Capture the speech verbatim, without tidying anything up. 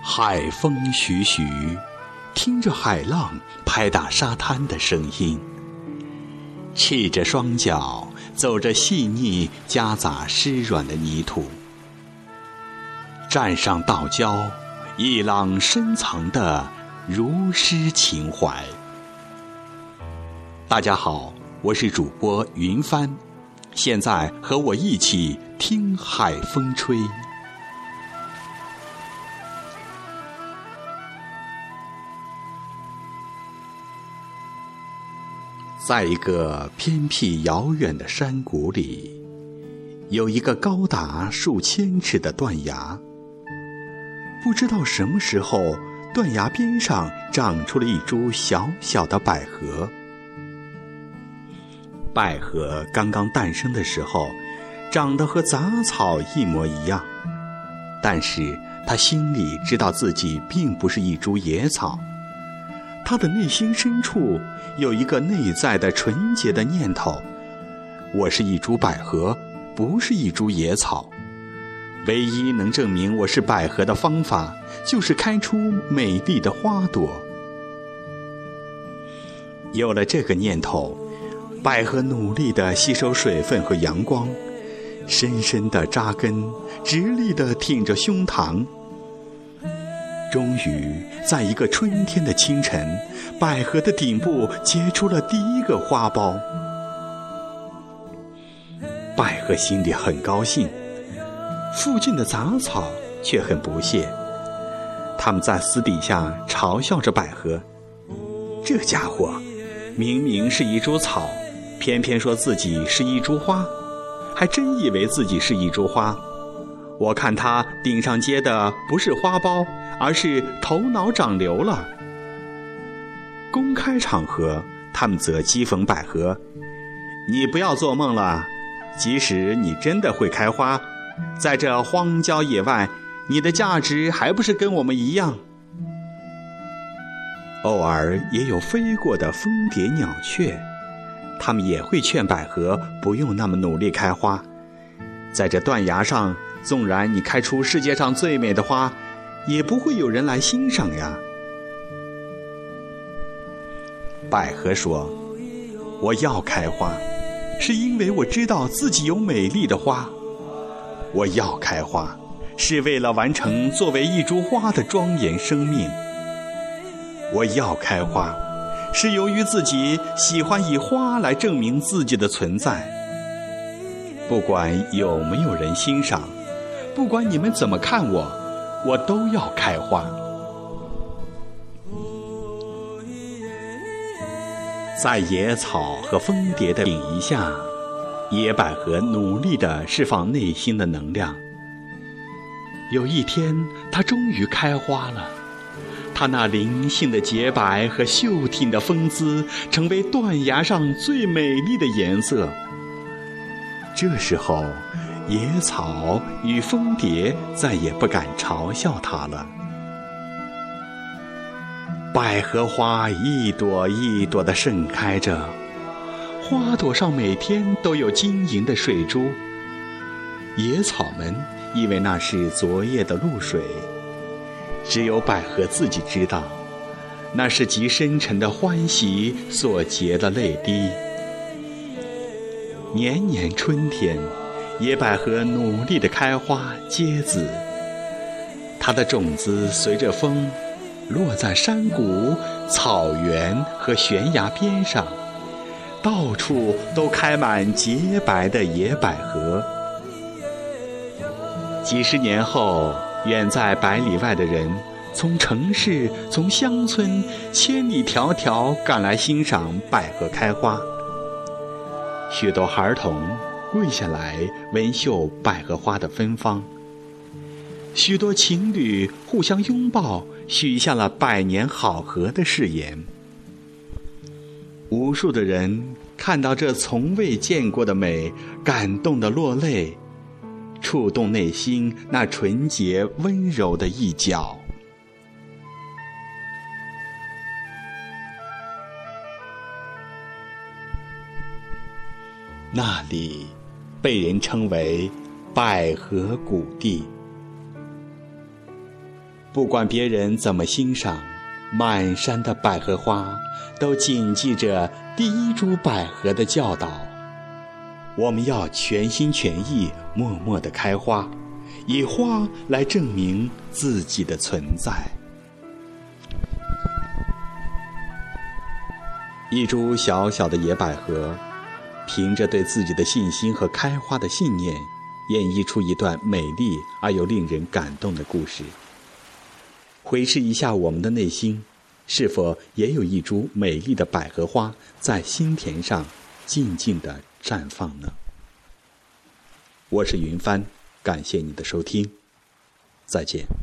海风徐徐，听着海浪拍打沙滩的声音，赤着双脚走着细腻夹杂湿软的泥土，站上道礁，一朗深藏的如诗情怀。大家好，我是主播云帆，现在和我一起听海风吹。在一个偏僻遥远的山谷里，有一个高达数千尺的断崖。不知道什么时候，断崖边上长出了一株小小的百合。百合刚刚诞生的时候，长得和杂草一模一样，但是它心里知道自己并不是一株野草。他的内心深处有一个内在的纯洁的念头，我是一株百合，不是一株野草。唯一能证明我是百合的方法，就是开出美丽的花朵。有了这个念头，百合努力地吸收水分和阳光，深深地扎根，直立地挺着胸膛。终于在一个春天的清晨，百合的顶部结出了第一个花苞。百合心里很高兴，附近的杂草却很不屑，他们在私底下嘲笑着百合，这家伙明明是一株草，偏偏说自己是一株花，还真以为自己是一株花。我看他顶上结的不是花苞，而是头脑长瘤了。公开场合，他们则讥讽百合，你不要做梦了，即使你真的会开花，在这荒郊野外，你的价值还不是跟我们一样。偶尔也有飞过的蜂蝶鸟雀，他们也会劝百合不用那么努力开花，在这断崖上，纵然你开出世界上最美的花，也不会有人来欣赏呀。百合说，我要开花，是因为我知道自己有美丽的花。我要开花，是为了完成作为一株花的庄严生命。我要开花，是由于自己喜欢以花来证明自己的存在。不管有没有人欣赏，不管你们怎么看我，我都要开花。在野草和蜂蝶的影移下，野百合努力地释放内心的能量。有一天，它终于开花了，它那灵性的洁白和秀挺的风姿，成为断崖上最美丽的颜色。这时候，野草与蜂蝶再也不敢嘲笑它了。百合花一朵一朵地盛开着，花朵上每天都有晶莹的水珠。野草们以为那是昨夜的露水，只有百合自己知道，那是极深沉的欢喜所结的泪滴。年年春天，野百合努力地开花结籽，它的种子随着风落在山谷、草原和悬崖边上，到处都开满洁白的野百合。几十年后，远在百里外的人，从城市、从乡村，千里迢迢赶来欣赏百合开花。许多孩童跪下来闻嗅百合花的芬芳，许多情侣互相拥抱，许下了百年好合的誓言。无数的人看到这从未见过的美，感动得落泪，触动内心那纯洁温柔的一角。那里被人称为百合谷地。 不管别人怎么欣赏，满山的百合花都谨记着第一株百合的教导。我们要全心全意默默地开花，以花来证明自己的存在。一株小小的野百合，凭着对自己的信心和开花的信念，演绎出一段美丽而又令人感动的故事。回视一下我们的内心，是否也有一株美丽的百合花在心田上静静地绽放呢？我是云帆，感谢你的收听，再见。